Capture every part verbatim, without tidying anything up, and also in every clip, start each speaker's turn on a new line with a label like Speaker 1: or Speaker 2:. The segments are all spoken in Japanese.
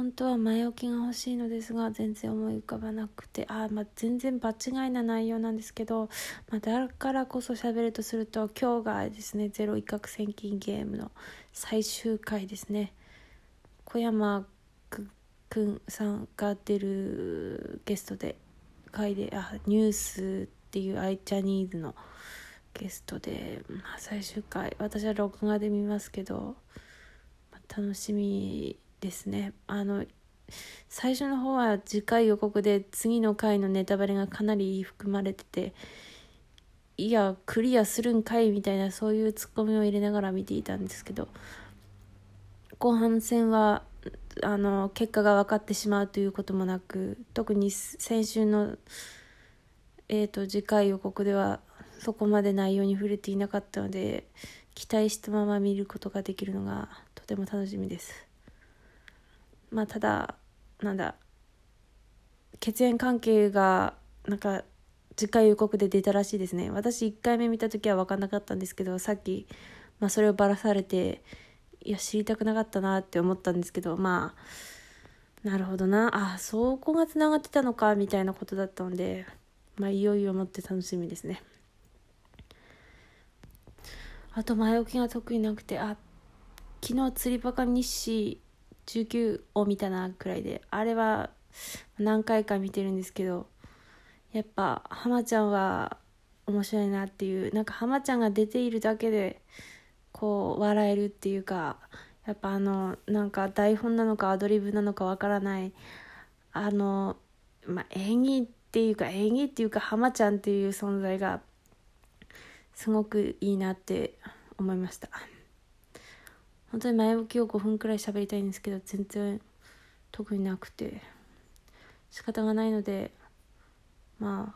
Speaker 1: 本当は前置きが欲しいのですが全然思い浮かばなくて、あ、まあ、全然場違いな内容なんですけど、まあ、だからこそ喋るとすると、今日がですねゼロ一攫千金ゲームの最終回ですね。小山くくんさんが出るゲストで回で、あニュースっていうアイジャニーズのゲストで、まあ、最終回、私は録画で見ますけど、まあ、楽しみですね。あの最初の方は次回予告で次の回のネタバレがかなり含まれてて、いやクリアするんかいみたいな、そういうツッコミを入れながら見ていたんですけど、後半戦はあの結果が分かってしまうということもなく、特に先週の、えーと、次回予告ではそこまで内容に触れていなかったので、期待したまま見ることができるのがとても楽しみです。まあただなんだ血縁関係がなんか次回予告で出たらしいですね。私いっかいめ見た時は分かんなかったんですけど、さっき、まあ、それをばらされて、いや知りたくなかったなって思ったんですけど、まあなるほどな、あそこがつながってたのかみたいなことだったので、まあいよいよもって楽しみですね。あと前置きが得意なくて、あ昨日釣りバカ日誌じゅうきゅうを見たなくらいで、あれは何回か見てるんですけど、やっぱ浜ちゃんは面白いなっていう、なんか浜ちゃんが出ているだけでこう笑えるっていうか、やっぱあのなんか台本なのかアドリブなのかわからない、あの、まあ、演技っていうか演技っていうか浜ちゃんっていう存在がすごくいいなって思いました。本当に前置きをごふんくらい喋りたいんですけど、全然特になくて仕方がないので、ま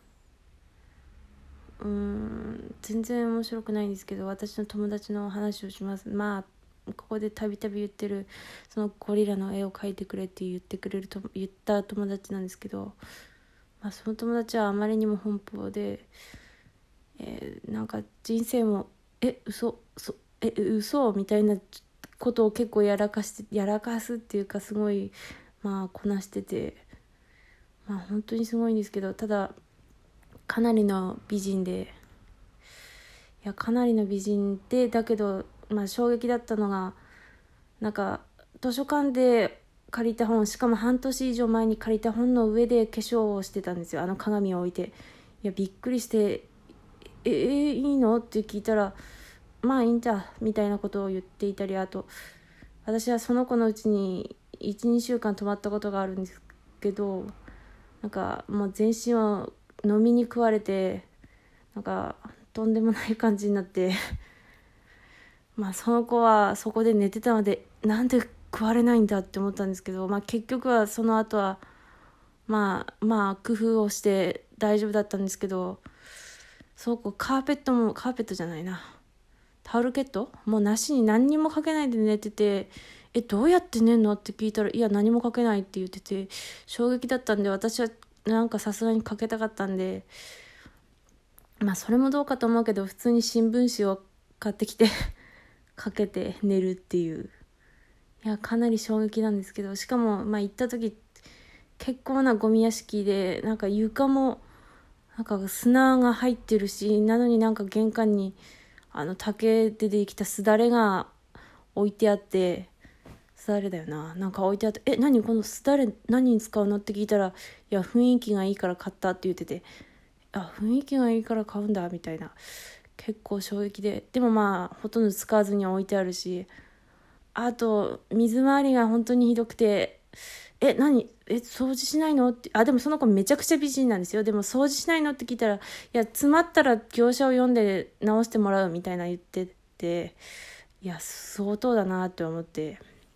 Speaker 1: あうーん全然面白くないんですけど、私の友達の話をします。まあここでたびたび言ってる、そのゴリラの絵を描いてくれって言ってくれると言った友達なんですけど、まあ、その友達はあまりにも奔放で、えー、なんか人生もえ嘘嘘え嘘みたいなことを結構やらかしてやらかすっていうか、すごいまあこなしてて、まあ本当にすごいんですけど、ただかなりの美人で、いやかなりの美人で、だけどまあ衝撃だったのが、なんか図書館で借りた本、しかも半年以上前に借りた本の上で化粧をしてたんですよ、あの鏡を置いて。いやびっくりして、えー、いいのって聞いたら、まあいいんだみたいなことを言っていたり、あと私はその子のうちに いち,に 週間泊まったことがあるんですけど、なんかもう全身を飲みに食われて、なんかとんでもない感じになってまあその子はそこで寝てたので、なんで食われないんだって思ったんですけど、まあ結局はその後はまあまあ工夫をして大丈夫だったんですけど、そうこうカーペットもカーペットじゃないなタオルケットもうなしに何にもかけないで寝てて、えどうやって寝んのって聞いたら、いや何もかけないって言ってて、衝撃だったんで、私はなんかさすがにかけたかったんで、まあそれもどうかと思うけど、普通に新聞紙を買ってきてかけて寝るっていう、いやかなり衝撃なんですけど、しかもまあ行った時結構なゴミ屋敷で、なんか床もなんか砂が入ってるし、なのになんか玄関にあの竹でできたすだれが置いてあって、すだれだよな、なんか置いてあって、え何このすだれ何に使うのって聞いたら、いや雰囲気がいいから買ったって言ってて、あ雰囲気がいいから買うんだみたいな、結構衝撃で、でもまあほとんど使わずに置いてあるし、あと水回りが本当にひどくて、え何え掃除しないのって、あでもその子めちゃくちゃ美人なんですよ。でも掃除しないのって聞いたら、いや詰まったら業者を呼んで直してもらうみたいな言ってて、いや相当だなって思って、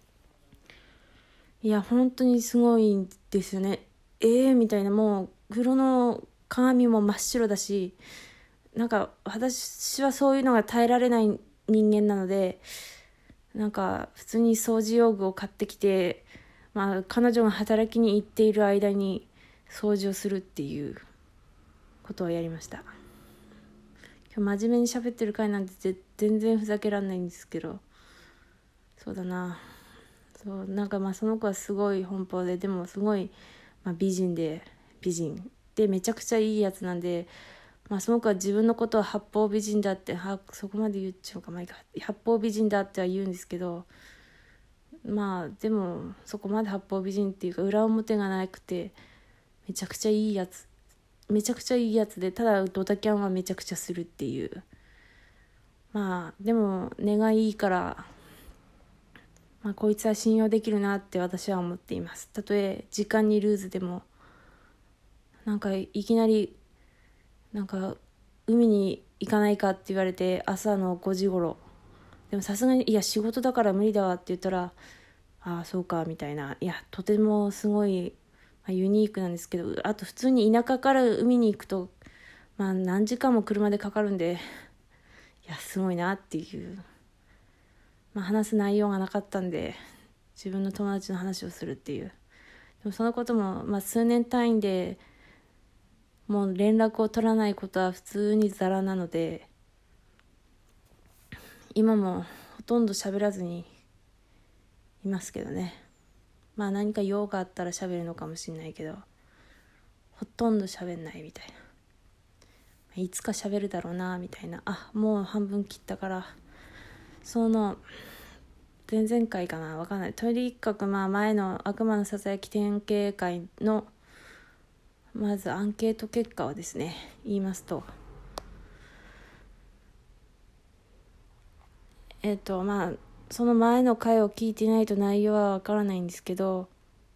Speaker 1: いや本当にすごいんですよね。えーみたいな、もう風呂の鏡も真っ白だし、なんか私はそういうのが耐えられない人間なので、なんか普通に掃除用具を買ってきて、まあ、彼女が働きに行っている間に掃除をするっていうことをやりました。今日真面目に喋ってる回なんて全然ふざけらんないんですけど、そうだな、 そうなんかまあその子はすごい奔放で、でもすごい、まあ、美人で美人でめちゃくちゃいいやつなんで、まあ、その子は自分のことを八方美人だってはそこまで言っちゃうかまあいいか八方美人だっては言うんですけど、まあでもそこまで八方美人っていうか裏表がなくてめちゃくちゃいいやつめちゃくちゃいいやつで、ただドタキャンはめちゃくちゃするっていう。まあでも根がいいから、まあ、こいつは信用できるなって私は思っています。たとえ時間にルーズでも、なんかいきなりなんか海に行かないかって言われて朝のごじ頃でもさすがにいや仕事だから無理だわって言ったら、ああそうかみたいな、いやとてもすごい、まあ、ユニークなんですけど、あと普通に田舎から海に行くとまあ何時間も車でかかるんで、いやすごいなっていう、まあ、話す内容がなかったんで自分の友達の話をするっていう。でもそのことも、まあ、数年単位でもう連絡を取らないことは普通にザラなので、今もほとんど喋らずにいますけどね。まあ何か用があったら喋るのかもしれないけど、ほとんど喋んないみたいな。いつか喋るだろうなみたいな。あ、もう半分切ったから、その前々回かな、わかんない。とにかくまあ前の悪魔のささやき典型会のまずアンケート結果をですね言いますと、えっとまあその前の回を聞いていないと内容はわからないんですけど、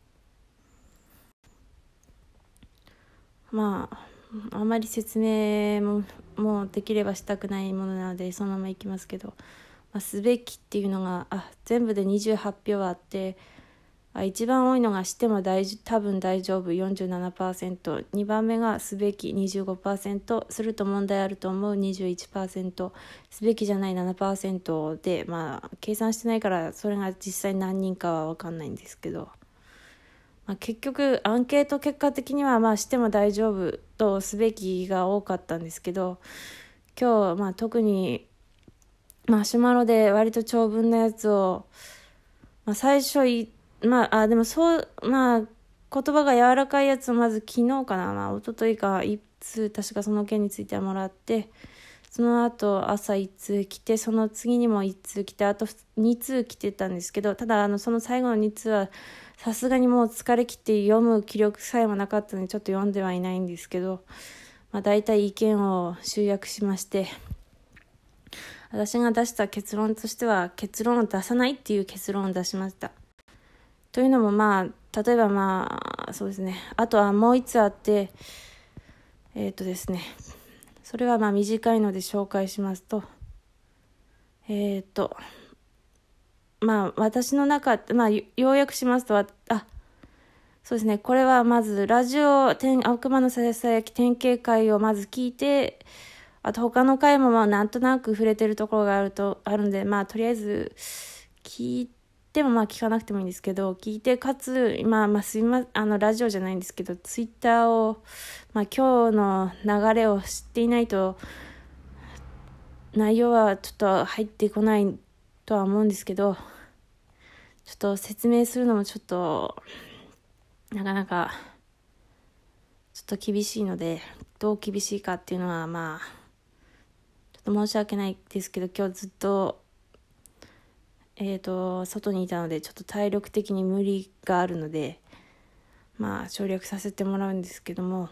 Speaker 1: まああまり説明ももうできればしたくないものなのでそのままいきますけど、まあ、すべきっていうのがあ全部でにじゅうはち票あって、あ一番多いのがしても大多分大丈夫 よんじゅうななパーセント、 にばんめがすべき にじゅうごパーセント、 すると問題あると思う にじゅういちパーセント、 すべきじゃない ななパーセント で、まあ計算してないからそれが実際何人かは分かんないんですけど、まあ、結局アンケート結果的にはまあしても大丈夫とすべきが多かったんですけど、今日まあ特にマシュマロで割と長文なやつを、まあ、最初いまああでもそうまあ言葉が柔らかいやつをまず昨日かな、まあ一昨日かいつ確かその件についてはもらって、その後朝いっ通来て、その次にもいっ通来て、あとに通来てたんですけど、ただあのその最後のに通はさすがにもう疲れ切って読む気力さえもなかったのでちょっと読んではいないんですけど、まあ、大体意見を集約しまして、私が出した結論としては結論を出さないっていう結論を出しました。というのもまあ例えばまあそうですね、あとはもう一つあって、えっとですねそれはまあ短いので紹介しますと、えっとまあ私の中、まあ要約しますと、あそうですね、これはまずラジオ悪魔のささやき典型会をまず聞いて、あと他の回もまあなんとなく触れてるところがあるとあるんで、まあとりあえず聞いてもまあ聞かなくてもいいんですけど、聞いてかつ今まあすいまあのラジオじゃないんですけどツイッターをまあ今日の流れを知っていないと内容はちょっと入ってこないとは思うんですけど、ちょっと説明するのもちょっとなかなかちょっと厳しいので、どう厳しいかっていうのはまあちょっと申し訳ないですけど、今日ずっとえーと外にいたのでちょっと体力的に無理があるのでまあ省略させてもらうんですけども、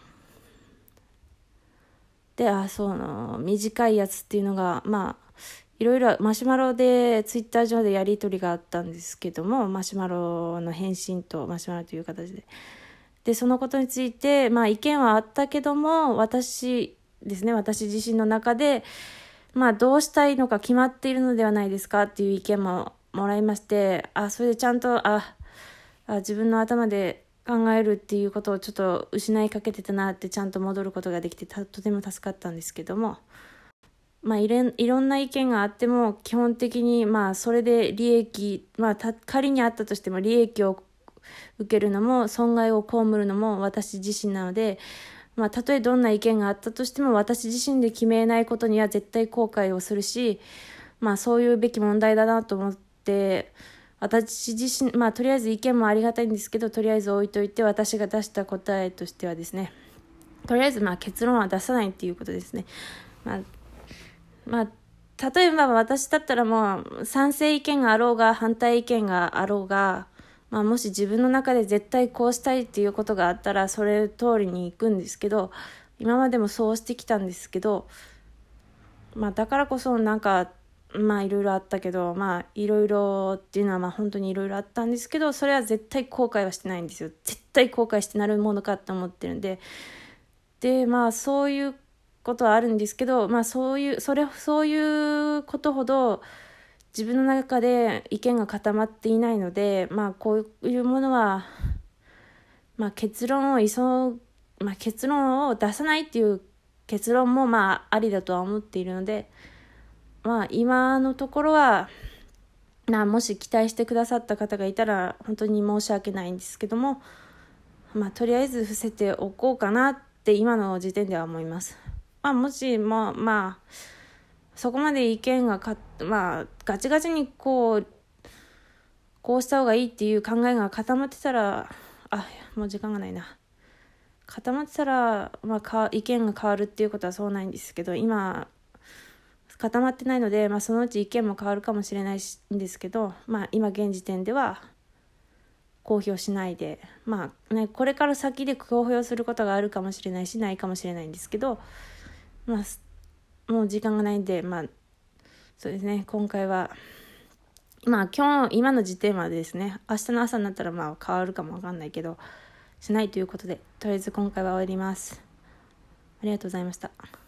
Speaker 1: であその短いやつっていうのがまあいろいろマシュマロでツイッター上でやり取りがあったんですけども、マシュマロの返信とマシュマロという形ででそのことについてまあ意見はあったけども、私ですね私自身の中でまあどうしたいのか決まっているのではないですかっていう意見ももらいまして、あそれでちゃんとああ自分の頭で考えるっていうことをちょっと失いかけてたなってちゃんと戻ることができてたとても助かったんですけども、まあいろいろんな意見があっても基本的にまあそれで利益まあた仮にあったとしても利益を受けるのも損害を被るのも私自身なので、まあたとえどんな意見があったとしても私自身で決めないことには絶対後悔をするし、まあそういうべき問題だなと思って、 私自身、まあとりあえず意見もありがたいんですけど、とりあえず置いといて、私が出した答えとしてはですね、とりあえずまあ結論は出さないっていうことですね。まあ、まあ、例えば私だったらもう賛成意見があろうが反対意見があろうが、まあ、もし自分の中で絶対こうしたいっていうことがあったらそれ通りに行くんですけど、今までもそうしてきたんですけど、まあ、だからこそなんかまあいろいろあったけど、まあいろいろっていうのはまあ本当にいろいろあったんですけど、それは絶対後悔はしてないんですよ。絶対後悔してなるものかって思ってるんで、でまあそういうことはあるんですけど、まあそういうそれそういうことほど自分の中で意見が固まっていないので、まあこういうものは、まあ、結論を急、まあ、結論を出さないっていう結論もまあありだとは思っているので、まあ今のところは、まあ、もし期待してくださった方がいたら本当に申し訳ないんですけども、まあとりあえず伏せておこうかなって今の時点では思います。まあもしもまあそこまで意見がか、まあガチガチにこうこうした方がいいっていう考えが固まってたら、あ、もう時間がないな。固まってたら、まあ、か意見が変わるっていうことはそうないんですけど、今固まってないので、まあ、そのうち意見も変わるかもしれないんですけど、まあ、今現時点では公表しないで、まあね、これから先で公表することがあるかもしれないしないかもしれないんですけど、まあ、もう時間がないんで、まあそうですね、今回はまあ今日今の時点までですね、明日の朝になったらまあ変わるかもわかんないけどしないということで、とりあえず今回は終わります。ありがとうございました。